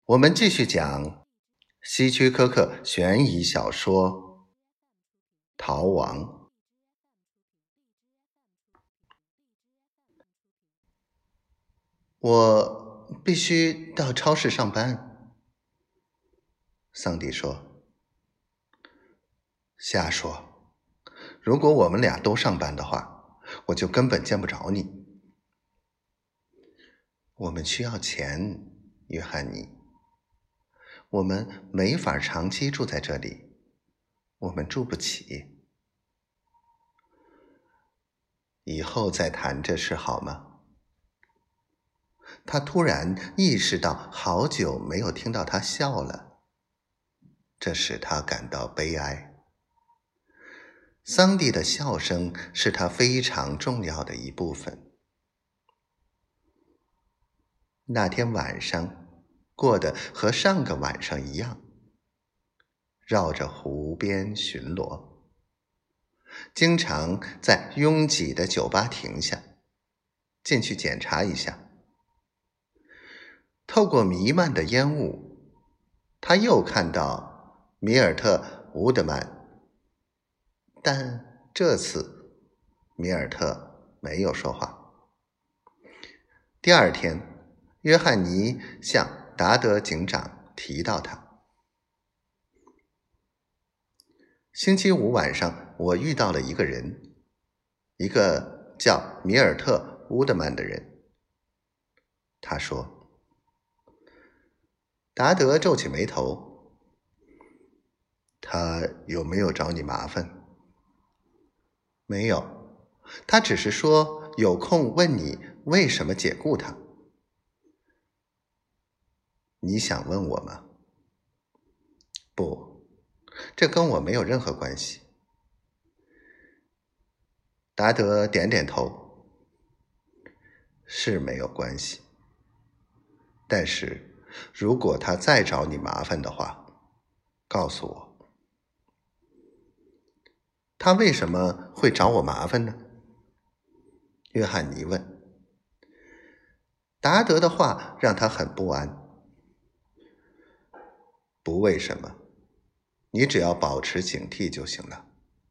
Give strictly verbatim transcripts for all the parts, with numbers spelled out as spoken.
我们继续讲希区柯克悬疑小说《逃亡》。我必须到超市上班，桑迪说。瞎说，如果我们俩都上班的话，我就根本见不着你。我们需要钱，约翰尼。我们没法长期住在这里，我们住不起。以后再谈这事好吗？他突然意识到好久没有听到他笑了，这使他感到悲哀。桑迪的笑声是他非常重要的一部分。那天晚上过得和上个晚上一样，绕着湖边巡逻，经常在拥挤的酒吧停下，进去检查一下。透过弥漫的烟雾，他又看到米尔特·伍德曼，但这次米尔特没有说话。第二天，约翰尼向达德警长提到他。星期五晚上，我遇到了一个人，一个叫米尔特·伍德曼的人。他说。达德皱起眉头。他有没有找你麻烦？没有，他只是说有空问你为什么解雇他。你想问我吗？不，这跟我没有任何关系。达德点点头。是没有关系，但是如果他再找你麻烦的话，告诉我。他为什么会找我麻烦呢？约翰尼问。达德的话让他很不安。不为什么，你只要保持警惕就行了。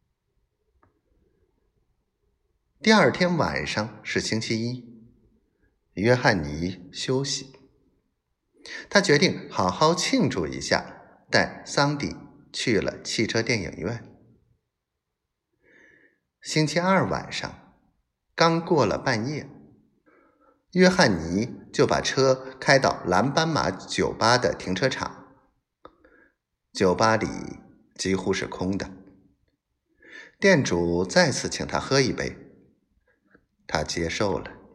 第二天晚上是星期一，约翰尼休息。他决定好好庆祝一下，带桑迪去了汽车电影院。星期二晚上，刚过了半夜，约翰尼就把车开到蓝斑马酒吧的停车场。酒吧里几乎是空的。店主再次请他喝一杯，他接受了。